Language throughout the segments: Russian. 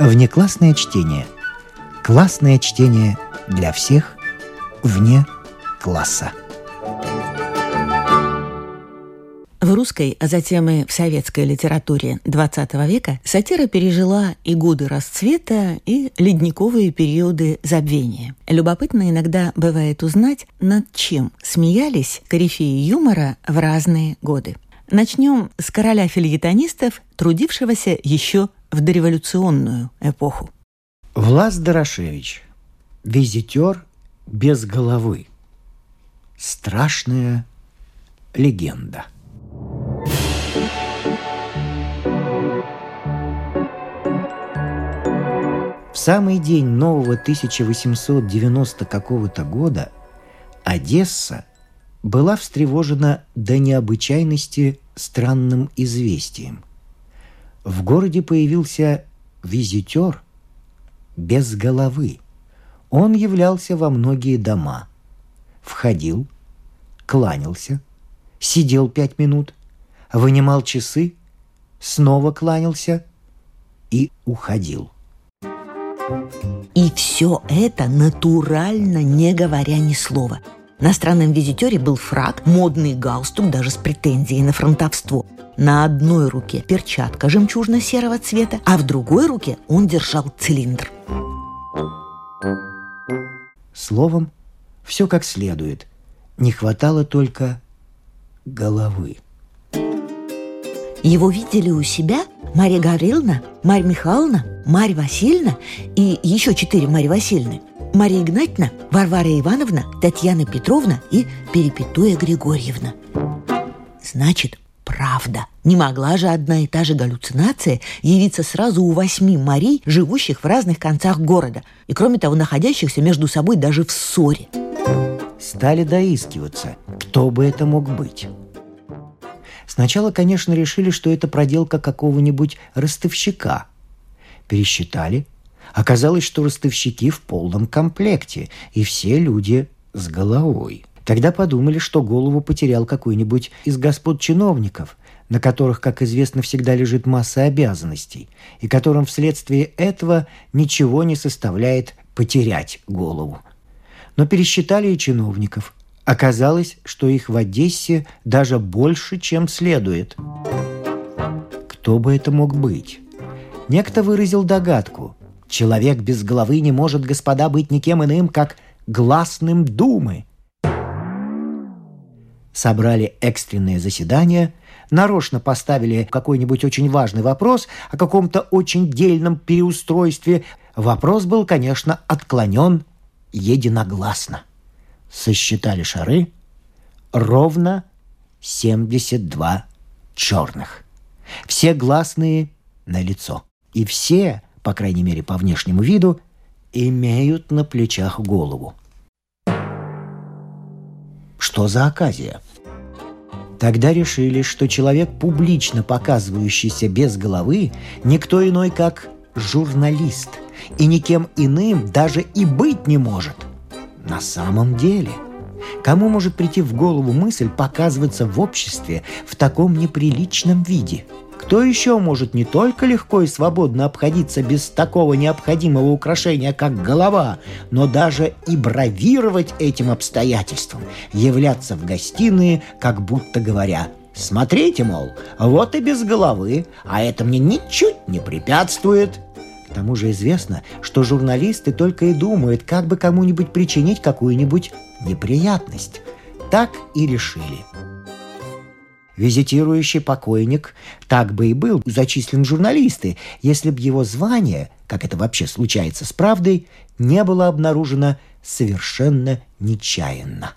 Внеклассное чтение. Классное чтение для всех вне класса. В русской, а затем и в советской литературе XX века сатира пережила и годы расцвета, и ледниковые периоды забвения. Любопытно иногда бывает узнать, над чем смеялись корифеи юмора в разные годы. Начнем с короля фельетонистов, трудившегося еще в дореволюционную эпоху. Влас Дорошевич. Визитер без головы. Страшная легенда. В самый день нового 1890 какого-то года Одесса была встревожена до необычайности странным известием. В городе появился визитер без головы. Он являлся во многие дома. Входил, кланялся, сидел 5 минут, вынимал часы, снова кланялся и уходил. И все это натурально, не говоря ни слова. На странном визитере был фрак, модный галстук, даже с претензией на фронтовство. На одной руке перчатка жемчужно-серого цвета, а в другой руке он держал цилиндр. Словом, все как следует. Не хватало только головы. Его видели у себя Марья Гавриловна, Марья Михайловна, Марья Васильевна и еще 4 Марьи Васильевны. Мария Игнатьевна, Варвара Ивановна, Татьяна Петровна и Перепетуя Григорьевна. Значит, правда. Не могла же одна и та же галлюцинация явиться сразу у 8 Марий, живущих в разных концах города, и, кроме того, находящихся между собой даже в ссоре. Стали доискиваться, кто бы это мог быть. Сначала, конечно, решили, что это проделка какого-нибудь ростовщика. Пересчитали. Оказалось, что ростовщики в полном комплекте, и все люди с головой. Тогда подумали, что голову потерял какой-нибудь из господ чиновников, на которых, как известно, всегда лежит масса обязанностей, и которым вследствие этого ничего не составляет потерять голову. Но пересчитали и чиновников. Оказалось, что их в Одессе даже больше, чем следует. Кто бы это мог быть? Некто выразил догадку. Человек без головы не может, господа, быть никем иным, как гласным думы. Собрали экстренное заседание, нарочно поставили какой-нибудь очень важный вопрос о каком-то очень дельном переустройстве. Вопрос был, конечно, отклонен единогласно. Сосчитали шары, ровно 72 черных. Все гласные налицо. И все, по крайней мере по внешнему виду, имеют на плечах голову. Что за оказия? Тогда решили, что человек, публично показывающийся без головы, никто иной, как журналист, и никем иным даже и быть не может. На самом деле, кому может прийти в голову мысль показываться в обществе в таком неприличном виде? Кто еще может не только легко и свободно обходиться без такого необходимого украшения, как голова, но даже и бравировать этим обстоятельством, являться в гостиные, как будто говоря: «Смотрите, мол, вот и без головы, а это мне ничуть не препятствует». К тому же известно, что журналисты только и думают, как бы кому-нибудь причинить какую-нибудь неприятность. Так и решили. Визитирующий покойник так бы и был зачислен в журналисты, если бы его звание, как это вообще случается с правдой, не было обнаружено совершенно нечаянно.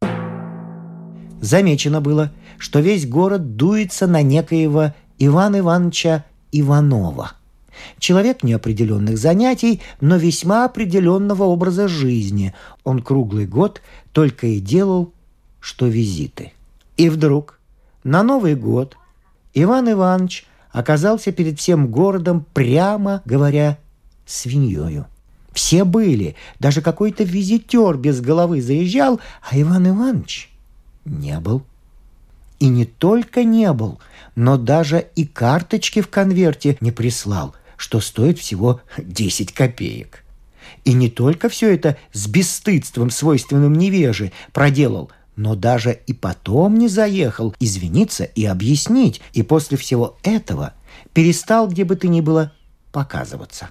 Замечено было, что весь город дуется на некоего Ивана Ивановича Иванова. Человек неопределенных занятий, но весьма определенного образа жизни. Он круглый год только и делал, что визиты. И вдруг на Новый год Иван Иванович оказался перед всем городом, прямо говоря, свиньёю. Все были, даже какой-то визитер без головы заезжал, а Иван Иванович не был. И не только не был, но даже и карточки в конверте не прислал. что стоит всего 10 копеек. И не только все это с бесстыдством, свойственным невеже, проделал, но даже и потом не заехал извиниться и объяснить, и после всего этого перестал, где бы то ни было, показываться.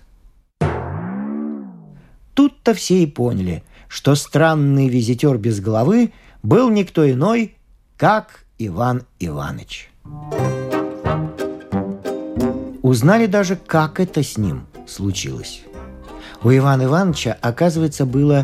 Тут-то все и поняли, что странный визитер без головы был никто иной, как Иван Иваныч. Узнали даже, как это с ним случилось. У Ивана Ивановича, оказывается, было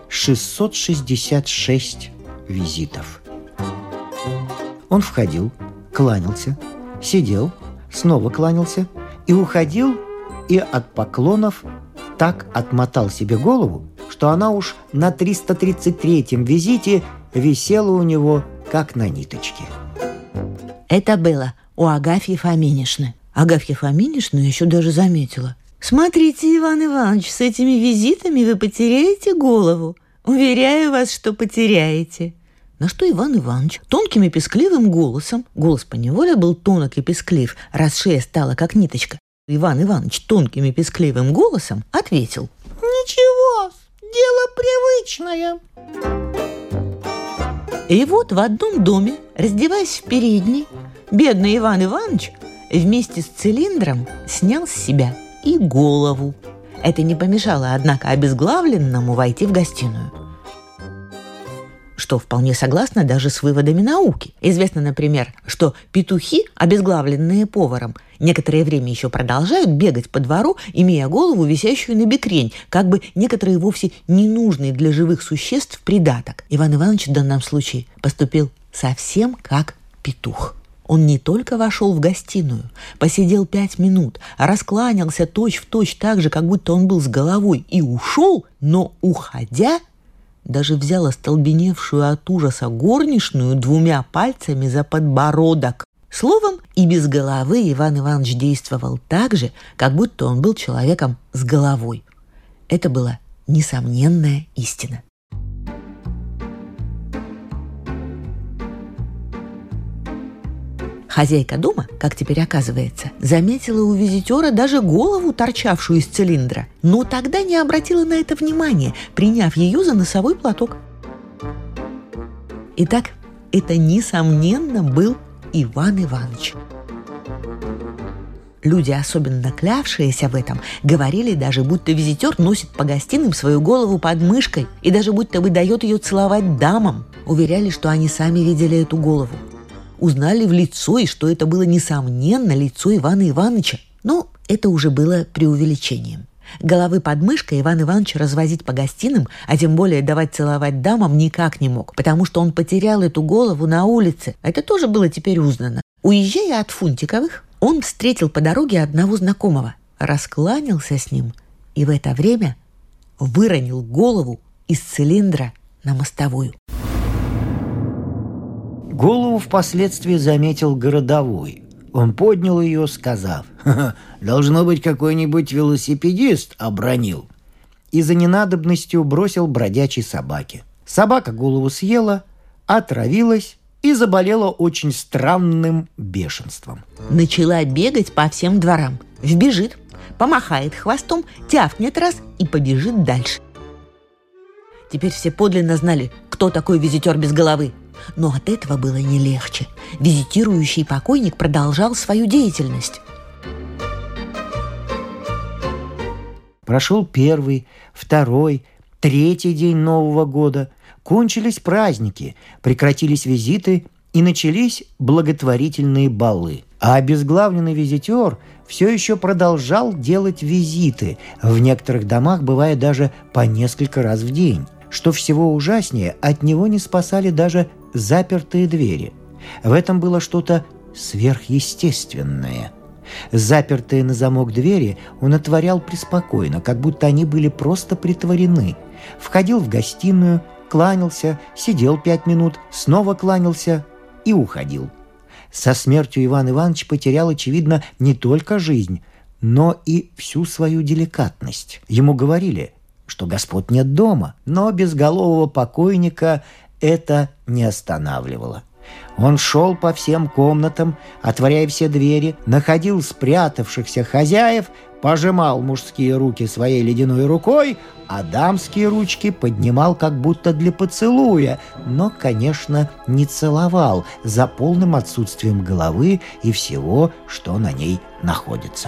666 визитов. Он входил, кланялся, сидел, снова кланялся и уходил, и от поклонов так отмотал себе голову, что она уж на 333-м визите висела у него, как на ниточке. Это было у Агафьи Фоминишны. Агафья Фоминишна еще даже заметила: «Смотрите, Иван Иванович, с этими визитами вы потеряете голову. Уверяю вас, что потеряете». На что Иван Иванович тонким и пескливым голосом, голос поневоле был тонок и песклив, раз шея стала как ниточка, Иван Иванович тонким и пескливым голосом ответил: «Ничего, дело привычное». И вот в одном доме, раздеваясь в передней, бедный Иван Иванович вместе с цилиндром снял с себя и голову. Это не помешало, однако, обезглавленному войти в гостиную. Что вполне согласно даже с выводами науки. Известно, например, что петухи, обезглавленные поваром, некоторое время еще продолжают бегать по двору, имея голову, висящую на бекрень, как бы некоторые вовсе ненужные для живых существ придаток. Иван Иванович в данном случае поступил совсем как петух. Он не только вошел в гостиную, посидел 5 минут, раскланялся точь-в-точь так же, как будто он был с головой, и ушел, но, уходя, даже взял остолбеневшую от ужаса горничную 2 пальцами за подбородок. Словом, и без головы Иван Иванович действовал так же, как будто он был человеком с головой. Это была несомненная истина. Хозяйка дома, как теперь оказывается, заметила у визитера даже голову, торчавшую из цилиндра, но тогда не обратила на это внимания, приняв ее за носовой платок. Итак, это, несомненно, был Иван Иванович. Люди, особенно клявшиеся в этом, говорили даже, будто визитер носит по гостиным свою голову под мышкой и даже будто бы дает ее целовать дамам. Уверяли, что они сами видели эту голову. Узнали в лицо, и что это было, несомненно, лицо Ивана Ивановича. Но это уже было преувеличением. Головы под мышкой Иван Иванович развозить по гостиным, а тем более давать целовать дамам, никак не мог, потому что он потерял эту голову на улице. Это тоже было теперь узнано. Уезжая от Фунтиковых, он встретил по дороге одного знакомого, раскланялся с ним и в это время выронил голову из цилиндра на мостовую. Голову впоследствии заметил городовой. Он поднял ее, сказав: «Должно быть, какой-нибудь велосипедист обронил». И за ненадобностью бросил бродячей собаке. Собака голову съела, отравилась и заболела очень странным бешенством. Начала бегать по всем дворам. Вбежит, помахает хвостом, тявкнет раз и побежит дальше. Теперь все подлинно знали, кто такой визитер без головы. Но от этого было не легче. Визитирующий покойник продолжал свою деятельность. Прошел 1-й, 2-й, 3-й день Нового года. Кончились праздники, прекратились визиты и начались благотворительные балы. А обезглавленный визитер все еще продолжал делать визиты. В некоторых домах бывает даже по несколько раз в день. Что всего ужаснее, от него не спасали даже запертые двери. В этом было что-то сверхъестественное. Запертые на замок двери он отворял преспокойно, как будто они были просто притворены. Входил в гостиную, кланялся, сидел 5 минут, снова кланялся и уходил. Со смертью Иван Иванович потерял, очевидно, не только жизнь, но и всю свою деликатность. Ему говорили, что господ нет дома, но безголового покойника это не останавливало. Он шел по всем комнатам, отворяя все двери, находил спрятавшихся хозяев, пожимал мужские руки своей ледяной рукой, а дамские ручки поднимал как будто для поцелуя, но, конечно, не целовал за полным отсутствием головы и всего, что на ней находится.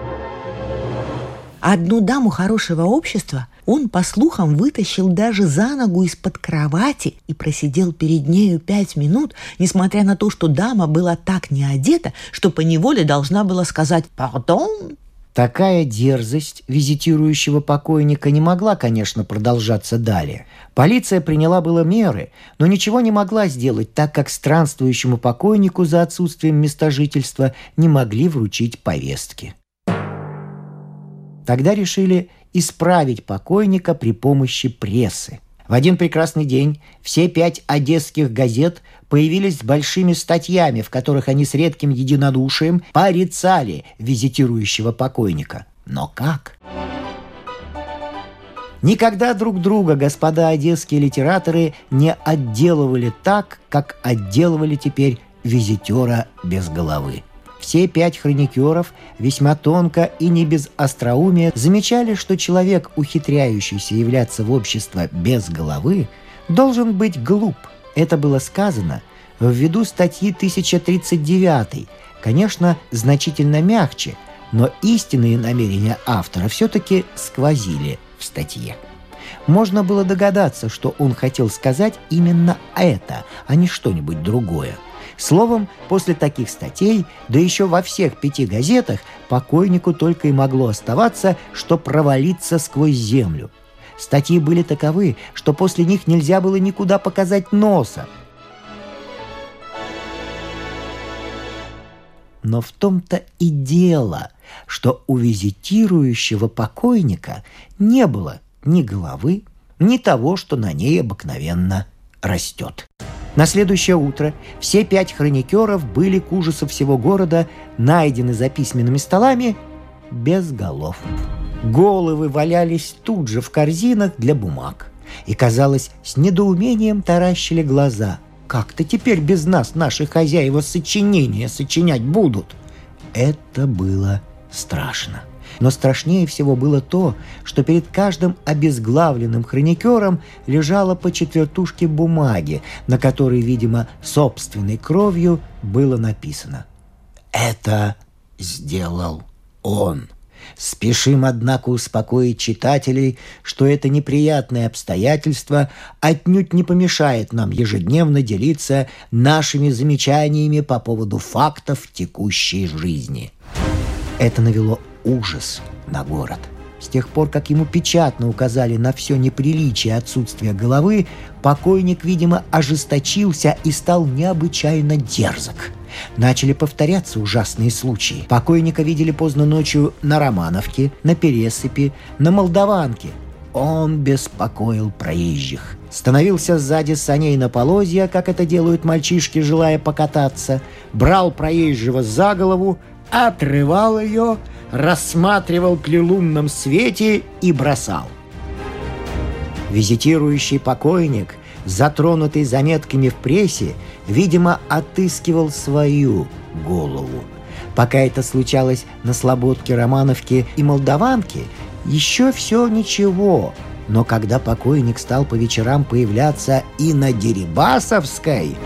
Одну даму хорошего общества он, по слухам, вытащил даже за ногу из-под кровати и просидел перед нею 5 минут, несмотря на то, что дама была так не одета, что поневоле должна была сказать «пардон». Такая дерзость визитирующего покойника не могла, конечно, продолжаться далее. Полиция приняла было меры, но ничего не могла сделать, так как странствующему покойнику за отсутствием места жительства не могли вручить повестки. Тогда решили исправить покойника при помощи прессы. В один прекрасный день все 5 одесских газет появились с большими статьями, в которых они с редким единодушием порицали визитирующего покойника. Но как? Никогда друг друга господа одесские литераторы не отделывали так, как отделывали теперь визитера без головы. Все 5 хроникеров весьма тонко и не без остроумия замечали, что человек, ухитряющийся являться в общество без головы, должен быть глуп. Это было сказано ввиду статьи 1039, конечно, значительно мягче, но истинные намерения автора все-таки сквозили в статье. Можно было догадаться, что он хотел сказать именно это, а не что-нибудь другое. Словом, после таких статей, да еще во всех 5 газетах, покойнику только и могло оставаться, что провалиться сквозь землю. Статьи были таковы, что после них нельзя было никуда показать носа. Но в том-то и дело, что у визитирующего покойника не было ни головы, ни того, что на ней обыкновенно растет. На следующее утро все 5 хроникеров были к ужасу всего города найдены за письменными столами без голов. Головы валялись тут же в корзинах для бумаг. И, казалось, с недоумением таращили глаза. «Как-то теперь без нас наши хозяева сочинения сочинять будут?» Это было страшно. Но страшнее всего было то, что перед каждым обезглавленным хроникером лежало по 4 бумаги, на которой, видимо, собственной кровью было написано: «Это сделал он». Спешим, однако, успокоить читателей, что это неприятное обстоятельство отнюдь не помешает нам ежедневно делиться нашими замечаниями по поводу фактов текущей жизни. Это навело ужас на город. С тех пор, как ему печатно указали на все неприличие отсутствия головы, покойник, видимо, ожесточился и стал необычайно дерзок. Начали повторяться ужасные случаи. Покойника видели поздно ночью на Романовке, на Пересыпи, на Молдаванке. Он беспокоил проезжих. Становился сзади саней на полозья, как это делают мальчишки, желая покататься, брал проезжего за голову, отрывал ее, рассматривал при лунном свете и бросал. Визитирующий покойник, затронутый заметками в прессе, видимо, отыскивал свою голову. Пока это случалось на Слободке, Романовке и Молдаванке, еще все ничего. Но когда покойник стал по вечерам появляться и на Дерибасовской,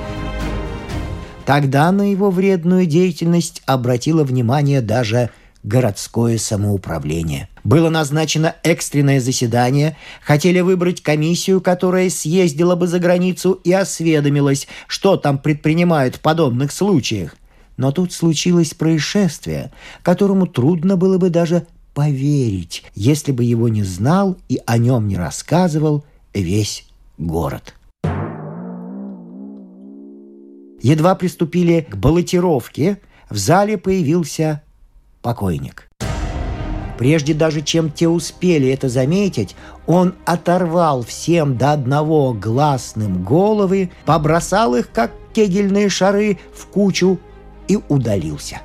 тогда на его вредную деятельность обратило внимание даже городское самоуправление. Было назначено экстренное заседание, хотели выбрать комиссию, которая съездила бы за границу и осведомилась, что там предпринимают в подобных случаях. Но тут случилось происшествие, которому трудно было бы даже поверить, если бы его не знал и о нем не рассказывал весь город. Едва приступили к баллотировке, в зале появился покойник. Прежде даже чем те успели это заметить, он оторвал всем до одного гласным головы, побросал их, как кегельные шары, в кучу и удалился.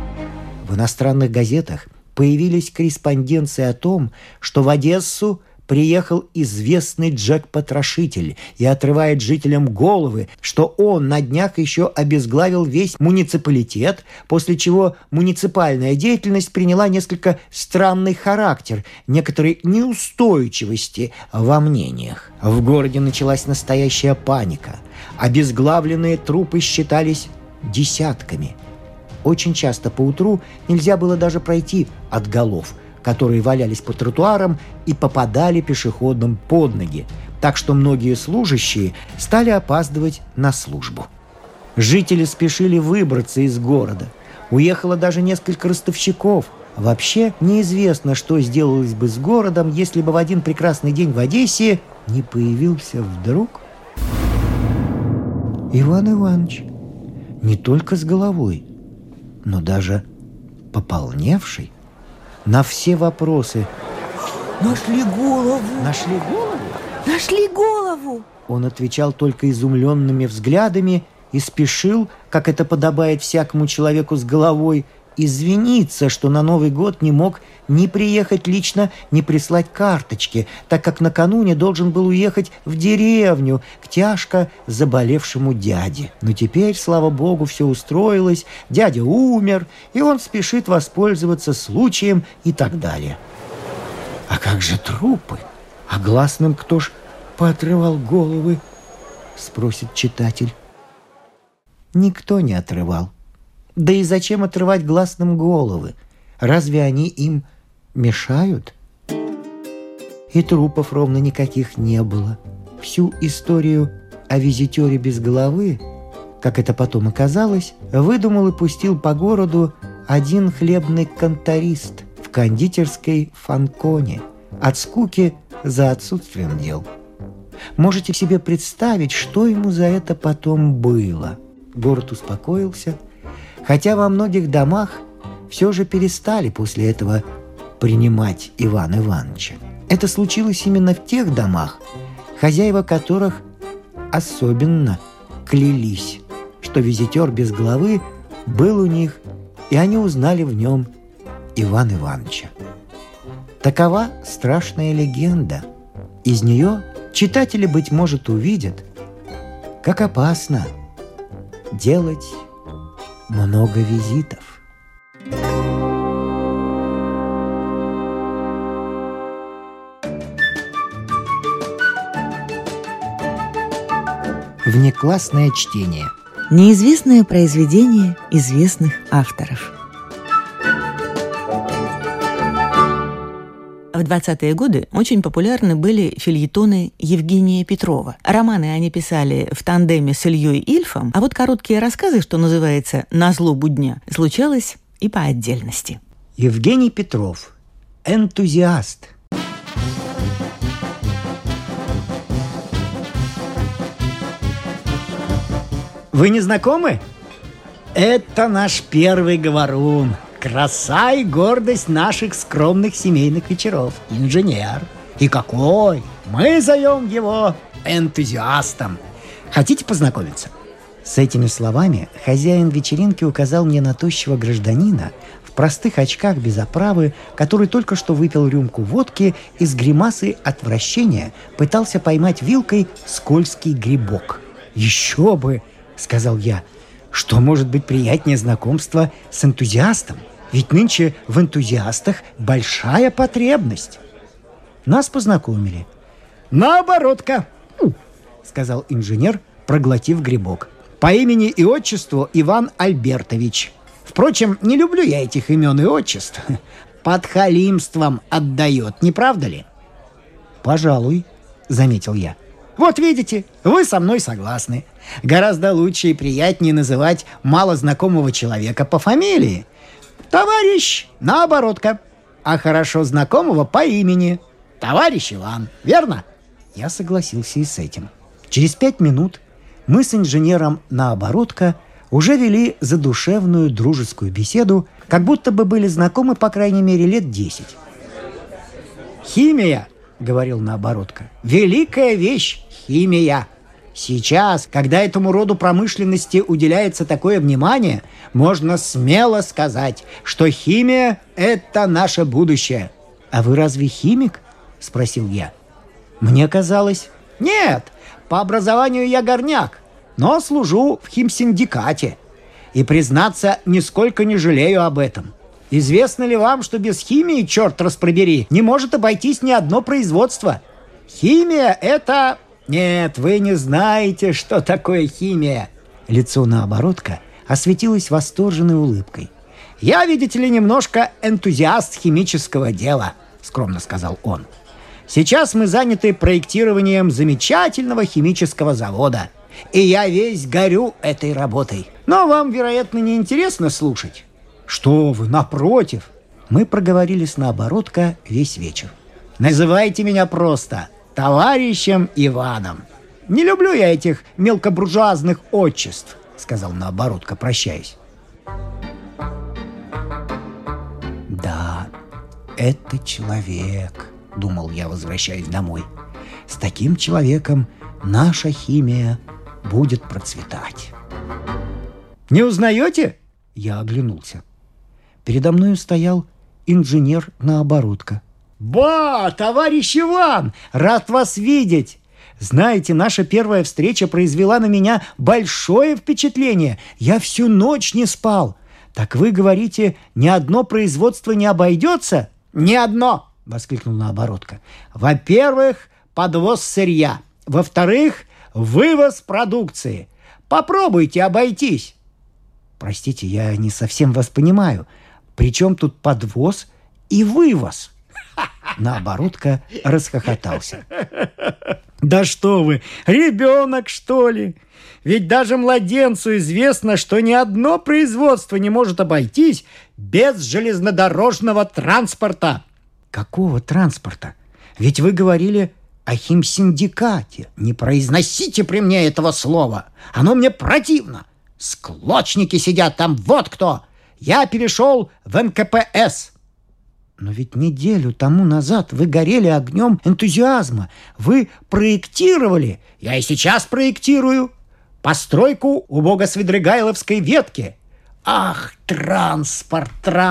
В иностранных газетах появились корреспонденции о том, что в Одессу приехал известный Джек-потрошитель и отрывает жителям головы, что он на днях еще обезглавил весь муниципалитет, после чего муниципальная деятельность приняла несколько странный характер, некоторой неустойчивости во мнениях. В городе началась настоящая паника. Обезглавленные трупы считались десятками. Очень часто поутру нельзя было даже пройти от голов, которые валялись по тротуарам и попадали пешеходам под ноги, так что многие служащие стали опаздывать на службу. Жители спешили выбраться из города. Уехало даже несколько ростовщиков. Вообще неизвестно, что сделалось бы с городом, если бы в один прекрасный день в Одессе не появился вдруг Иван Иванович. Не только с головой, но даже пополневший. На все вопросы Нашли голову! «Нашли голову?» Нашли голову! Он отвечал только изумленными взглядами и спешил, как это подобает всякому человеку с головой, извиниться, что на Новый год не мог ни приехать лично, ни прислать карточки, так как накануне должен был уехать в деревню к тяжко заболевшему дяде. Но теперь, слава богу, все устроилось, дядя умер, и он спешит воспользоваться случаем и так далее. А как же трупы? А гласным кто ж поотрывал головы? Спросит читатель. Никто не отрывал. Да и зачем отрывать гласным головы? Разве они им мешают? И трупов ровно никаких не было. Всю историю о визитере без головы, как это потом оказалось, выдумал и пустил по городу один хлебный конторист в кондитерской Фанконе от скуки за отсутствием дел. Можете себе представить, что ему за это потом было? Город успокоился, хотя во многих домах все же перестали после этого принимать Ивана Ивановича. Это случилось именно в тех домах, хозяева которых особенно клялись, что визитер без головы был у них, и они узнали в нем Ивана Ивановича. Такова страшная легенда. Из нее читатели, быть может, увидят, как опасно делать много визитов. Внеклассное чтение. Неизвестное произведение известных авторов. В 20-е годы очень популярны были фельетоны Евгения Петрова. Романы они писали в тандеме с Ильей Ильфом, а вот короткие рассказы, что называется «Назло будня», случалось и по отдельности. Евгений Петров. Энтузиаст. Вы не знакомы? Это наш первый говорун. Краса и гордость наших скромных семейных вечеров. Инженер. И какой! Мы зовем его энтузиастом. Хотите познакомиться? С этими словами хозяин вечеринки указал мне на тощего гражданина в простых очках без оправы, который только что выпил рюмку водки и с гримасой отвращения пытался поймать вилкой скользкий грибок. «Еще бы!» — сказал я. «Что может быть приятнее знакомства с энтузиастом? Ведь нынче в энтузиастах большая потребность». Нас познакомили. «Наоборот-ка!» — сказал инженер, проглотив грибок. «По имени и отчеству Иван Альбертович. Впрочем, не люблю я этих имен и отчеств. Подхалимством отдает, не правда ли?» «Пожалуй», — заметил я. «Вот видите, вы со мной согласны. Гораздо лучше и приятнее называть малознакомого человека по фамилии. Товарищ, наоборот-ка, а хорошо знакомого по имени. Товарищ Иван, верно?» Я согласился и с этим. Через 5 минут мы с инженером наоборот-ка уже вели задушевную дружескую беседу, как будто бы были знакомы, по крайней мере, лет 10. «Химия», — говорил наоборот-ка, — «великая вещь, химия. Сейчас, когда этому роду промышленности уделяется такое внимание, можно смело сказать, что химия – это наше будущее». «А вы разве химик?» – спросил я. Мне казалось, нет, по образованию я горняк, но служу в химсиндикате. И, признаться, нисколько не жалею об этом. Известно ли вам, что без химии, черт распробери, не может обойтись ни одно производство? Химия – это... Нет, вы не знаете, что такое химия. Лицо Наоборотка осветилось восторженной улыбкой. «Я, видите ли, немножко энтузиаст химического дела», – скромно сказал он. «Сейчас мы заняты проектированием замечательного химического завода, и я весь горю этой работой. Но вам, вероятно, не интересно слушать». «Что вы, напротив!» Мы проговорили с Наоборотка весь вечер. «Называйте меня просто товарищем Иваном. Не люблю я этих мелкобуржуазных отчеств», — сказал Наоборотка, прощаясь. «Да, это человек», — думал я, возвращаясь домой. «С таким человеком наша химия будет процветать». «Не узнаете?» Я оглянулся. Передо мною стоял инженер Наоборотка. «Ба, товарищ Иван, рад вас видеть! Знаете, наша первая встреча произвела на меня большое впечатление. Я всю ночь не спал. Так вы говорите, ни одно производство не обойдется?» «Ни одно!» — воскликнул Наоборотка. «Во-первых, подвоз сырья. Во-вторых, вывоз продукции. Попробуйте обойтись». «Простите, я не совсем вас понимаю. Причем тут подвоз и вывоз?» Наоборотка расхохотался. «Да что вы, ребенок, что ли? Ведь даже младенцу известно, что ни одно производство не может обойтись без железнодорожного транспорта». «Какого транспорта? Ведь вы говорили о химсиндикате». «Не произносите при мне этого слова. Оно мне противно. Склочники сидят там, вот кто. Я перешел в НКПС». «Но ведь неделю тому назад вы горели огнем энтузиазма. Вы проектировали». «Я и сейчас проектирую. Постройку у Богосвидригайловской ветки». «Ах, транспорт,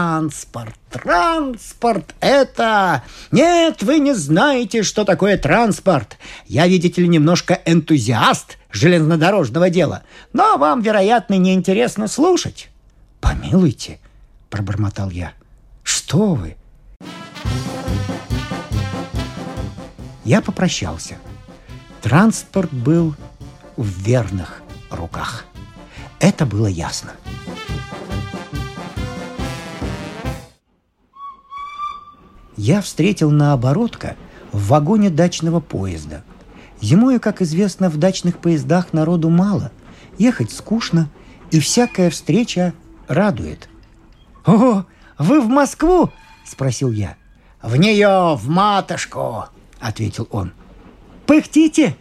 это... Нет, вы не знаете, что такое транспорт. Я, видите ли, немножко энтузиаст железнодорожного дела. Но вам, вероятно, не интересно слушать». «Помилуйте», — пробормотал я. «Что вы?» Я попрощался. Транспорт был в верных руках. Это было ясно. Я встретил Наоборотка в вагоне дачного поезда. Зимой, как известно, в дачных поездах народу мало. Ехать скучно, и всякая встреча радует. «О, вы в Москву?» – спросил я. «В нее, в матушку», – ответил он. «Пыхтите?»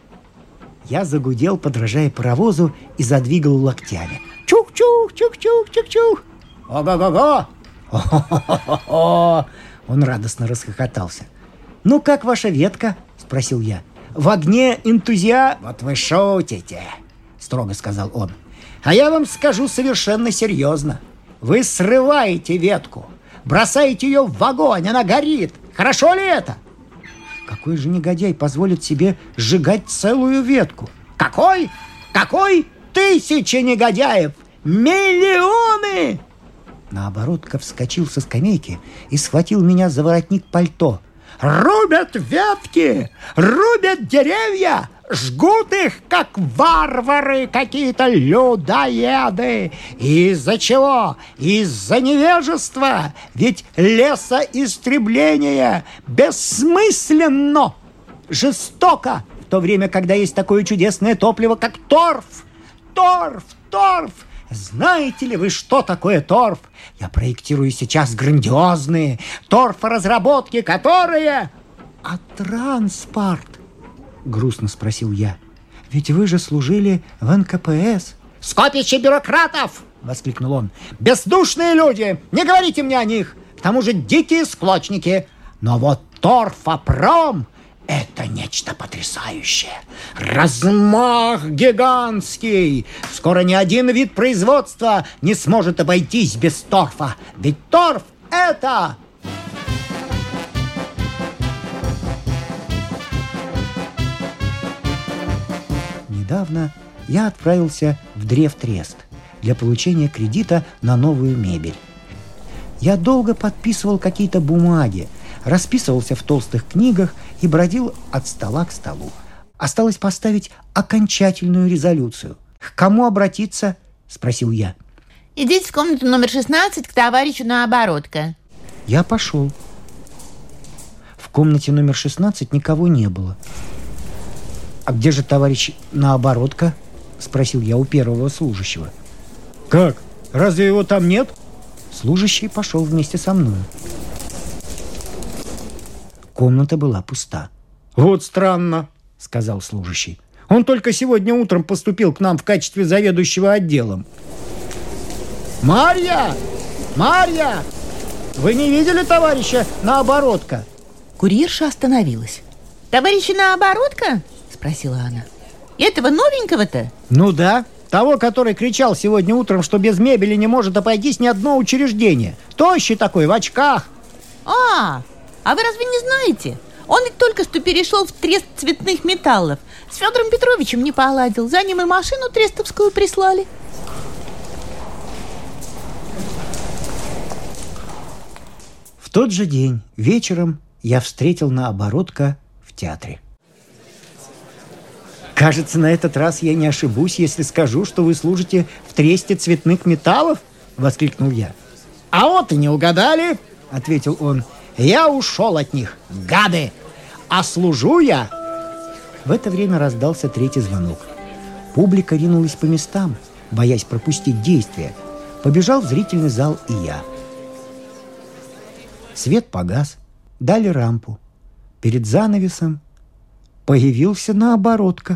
Я загудел, подражая паровозу, и задвигал локтями. «Чух-чух, чух-чух, чух-чух!» «Ого-го-го!» «О-хо-хо-хо-хо!» Он радостно расхохотался. «Ну, как ваша ветка?» – спросил я. «В огне «Вот вы шутите!» – строго сказал он. «А я вам скажу совершенно серьезно. Вы срываете ветку, бросаете ее в огонь, она горит. Хорошо ли это?» «Какой же негодяй позволит себе сжигать целую ветку?» «Какой? Какой? Тысячи негодяев! Миллионы!» Наоборотка вскочил со скамейки и схватил меня за воротник пальто. «Рубят ветки! Рубят деревья! Жгут их, как варвары, какие-то людоеды! Из-за чего? Из-за невежества! Ведь лесоистребление бессмысленно, жестоко, в то время, когда есть такое чудесное топливо, как торф! Торф! Торф! Знаете ли вы, что такое торф? Я проектирую сейчас грандиозные торфоразработки, которые... «А транспорт?» — грустно спросил я. «Ведь вы же служили в НКПС». «Скопище бюрократов!» — воскликнул он. «Бездушные люди! Не говорите мне о них! К тому же дикие склочники! Но вот торфопром — это нечто потрясающее! Размах гигантский! Скоро ни один вид производства не сможет обойтись без торфа! Ведь торф — это...» недавно я отправился в Древтрест для получения кредита на новую мебель. Я долго подписывал какие-то бумаги, расписывался в толстых книгах и бродил от стола к столу. Осталось поставить окончательную резолюцию. «К кому обратиться?» – спросил я. «Идите в комнату номер 16 к товарищу Наоборотко». Я пошел. В комнате номер 16 никого не было. «А где же товарищ Наоборотко?» – спросил я у первого служащего. «Как? Разве его там нет?» Служащий пошел вместе со мной. Комната была пуста. «Вот странно», — сказал служащий. «Он только сегодня утром поступил к нам в качестве заведующего отделом». «Марья! Марья! Вы не видели товарища Наоборотко?» Курьерша остановилась. «Товарища Наоборотко?» – спросила она. «Этого новенького-то?» «Ну да, того, который кричал сегодня утром, что без мебели не может обойтись ни одно учреждение. Тощий такой, в очках». А вы разве не знаете? Он ведь только что перешел в трест цветных металлов. С Федором Петровичем не поладил. За ним и машину трестовскую прислали». В тот же день вечером я встретил Наоборотко в театре. «Кажется, на этот раз я не ошибусь, если скажу, что вы служите в тресте цветных металлов?» – воскликнул я. «А вот и не угадали!» – ответил он. «Я ушел от них, гады! А служу я...» В это время раздался третий звонок. Публика ринулась по местам, боясь пропустить действие. Побежал в зрительный зал и я. Свет погас, дали рампу. Перед занавесом появился Наоборотко.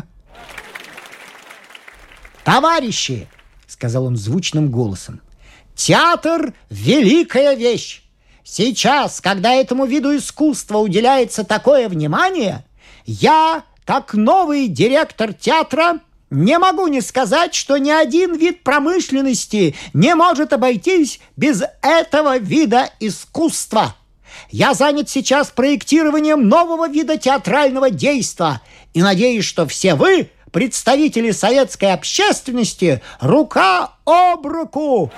«Товарищи!» — сказал он звучным голосом. «Театр — великая вещь! Сейчас, когда этому виду искусства уделяется такое внимание, я, как новый директор театра, не могу не сказать, что ни один вид промышленности не может обойтись без этого вида искусства. Я занят сейчас проектированием нового вида театрального действа и надеюсь, что все вы, представители советской общественности, рука об руку».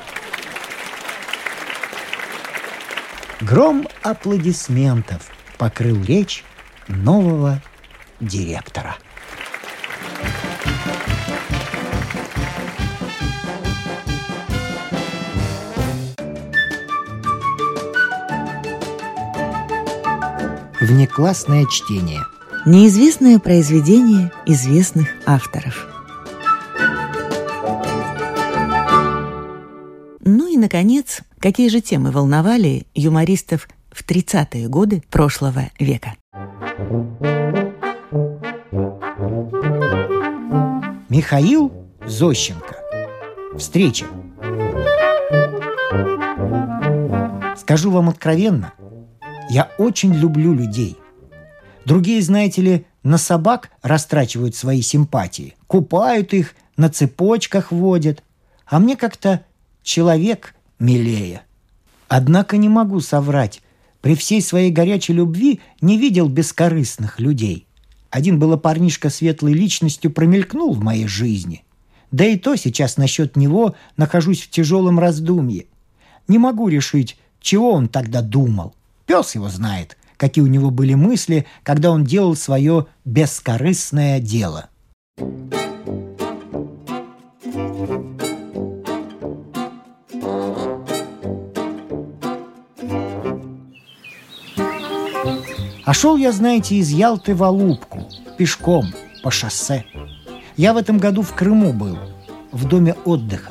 Гром аплодисментов покрыл речь нового директора. Внеклассное чтение. Неизвестное произведение известных авторов. Ну и, наконец, какие же темы волновали юмористов в 30-е годы прошлого века? Михаил Зощенко. Встреча. Скажу вам откровенно, я очень люблю людей. Другие, знаете ли, на собак растрачивают свои симпатии, купают их, на цепочках водят. А мне как-то человек милее. Однако не могу соврать, при всей своей горячей любви не видел бескорыстных людей. Один было парнишка светлой личностью промелькнул в моей жизни. Да и то сейчас насчет него нахожусь в тяжелом раздумье. Не могу решить, чего он тогда думал. Пес его знает, какие у него были мысли, когда он делал свое бескорыстное дело. А шел я, знаете, из Ялты в Алупку, пешком, по шоссе. Я в этом году в Крыму был, в доме отдыха.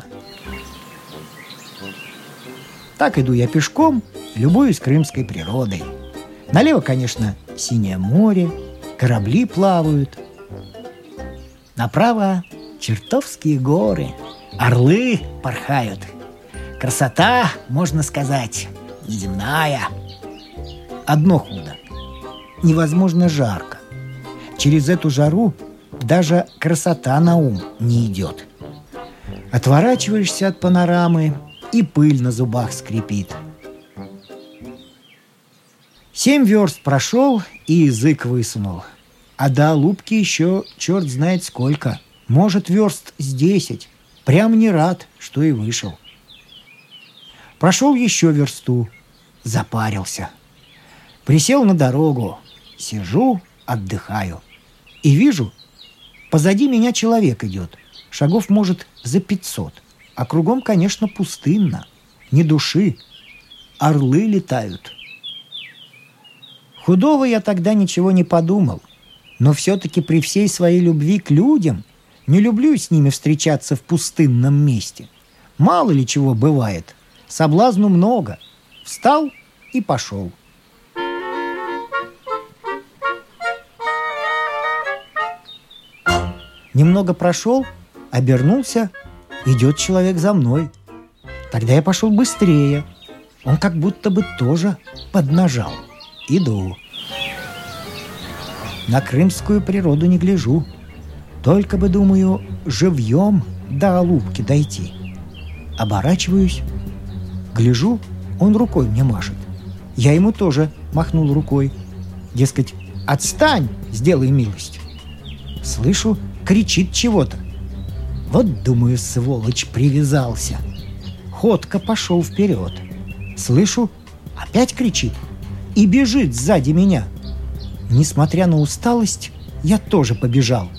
Так иду я пешком, любуюсь крымской природой. Налево, конечно, синее море, корабли плавают. Направо чертовские горы, орлы порхают. Красота, можно сказать, неземная. Одно худо. Невозможно жарко. Через эту жару даже красота на ум не идет. Отворачиваешься от панорамы, и пыль на зубах скрипит. 7 верст прошел и язык высунул. А до Алупки еще черт знает сколько. Может, верст с 10. Прям не рад, что и вышел. Прошел еще версту. Запарился. Присел на дорогу. Сижу, отдыхаю. И вижу, позади меня человек идет. Шагов, может, за 500. А кругом, конечно, пустынно. Ни души. Орлы летают. Худого я тогда ничего не подумал. Но все-таки при всей своей любви к людям не люблю с ними встречаться в пустынном месте. Мало ли чего бывает. Соблазну много. Встал и пошел. Немного прошел, обернулся, идет человек за мной. Тогда я пошел быстрее. Он как будто бы тоже поднажал. Иду. На крымскую природу не гляжу. Только бы, думаю, живьем до Алупки дойти. Оборачиваюсь. Гляжу, он рукой мне машет. Я ему тоже махнул рукой. Дескать, отстань, сделай милость. Слышу, кричит чего-то. Вот, думаю, сволочь привязался. Ходко пошел вперед. Слышу, опять кричит. И бежит сзади меня. Несмотря на усталость, я тоже побежал.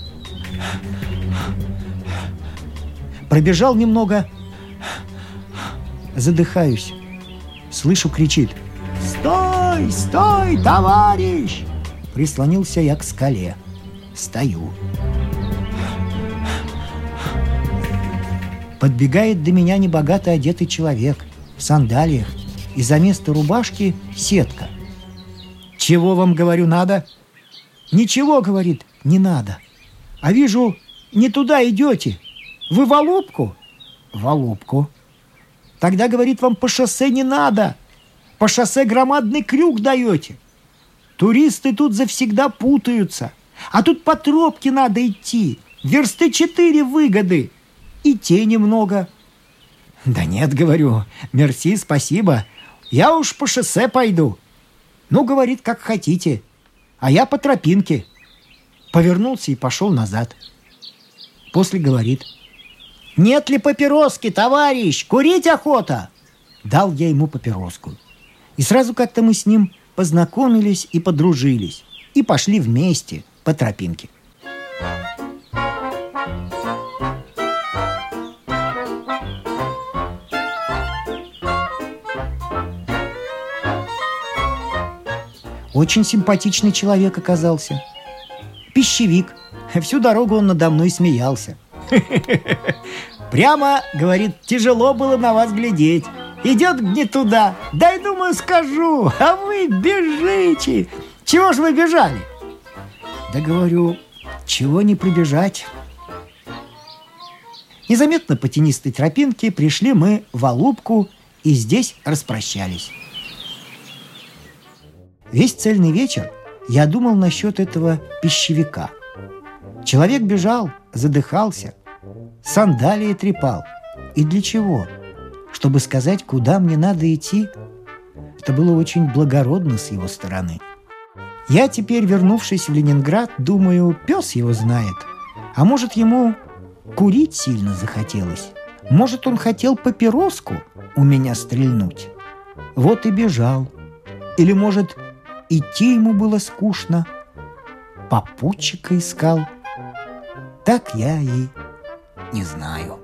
Пробежал немного. Задыхаюсь. Слышу, кричит. «Стой, стой, товарищ!» Прислонился я к скале. Стою. Подбегает до меня небогато одетый человек в сандалиях, и за место рубашки сетка. «Чего вам, говорю, надо?» «Ничего, — говорит, — не надо. А вижу, не туда идете. Вы в Алупку?» «В Алупку». «Тогда, — говорит, — вам по шоссе не надо. По шоссе громадный крюк даете. Туристы тут завсегда путаются. А тут по тропке надо идти. Версты 4 выгоды. И тени много». «Да нет, — говорю, — мерси, спасибо. Я уж по шоссе пойду». «Ну, — говорит, — как хотите. А я по тропинке». Повернулся и пошел назад. После говорит: «Нет ли папироски, товарищ? Курить охота!» Дал я ему папироску. И сразу как-то мы с ним познакомились и подружились. И пошли вместе по тропинке. Очень симпатичный человек оказался. Пищевик. Всю дорогу он надо мной смеялся. «Прямо, — говорит, — тяжело было на вас глядеть. Идет не туда. Дай, думаю, скажу. А вы бежите. Чего ж вы бежали?» Да, говорю, чего не прибежать. Незаметно по тенистой тропинке пришли мы в Алупку и здесь распрощались. Весь цельный вечер я думал насчет этого пищевика. Человек бежал, задыхался, сандалии трепал. И для чего? Чтобы сказать, куда мне надо идти? Это было очень благородно с его стороны. Я теперь, вернувшись в Ленинград, думаю, пес его знает. А может, ему курить сильно захотелось? Может, он хотел папироску у меня стрельнуть? Вот и бежал. Или, может, идти ему было скучно? Попутчика искал? Так я и не знаю.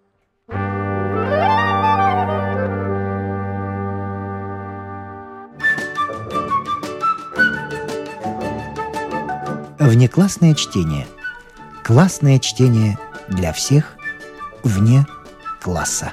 Внеклассное чтение. Классное чтение для всех вне класса.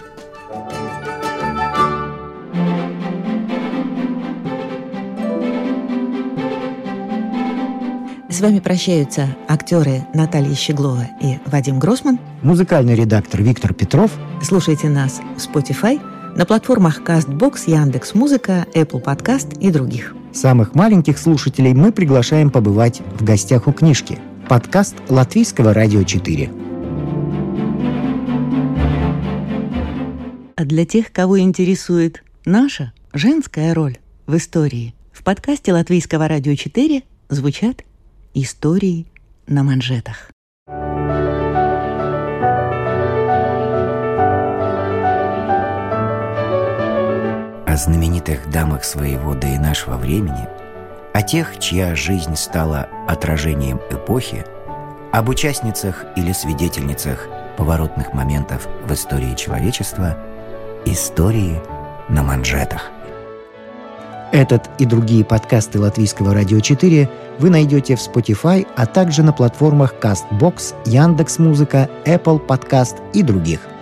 С вами прощаются актеры Наталья Щеглова и Вадим Гроссман. Музыкальный редактор Виктор Петров. Слушайте нас в Spotify, на платформах CastBox, Яндекс.Музыка, Apple Podcast и других. Самых маленьких слушателей мы приглашаем побывать в гостях у книжки. Подкаст Латвийского радио 4. А для тех, кого интересует наша женская роль в истории, в подкасте Латвийского радио 4 звучат истории на манжетах. о знаменитых дамах своего да и нашего времени, о тех, чья жизнь стала отражением эпохи, об участницах или свидетельницах поворотных моментов в истории человечества, истории на манжетах. Этот и другие подкасты Латвийского радио 4 вы найдете в Spotify, а также на платформах CastBox, Яндекс.Музыка, Apple Podcast и других.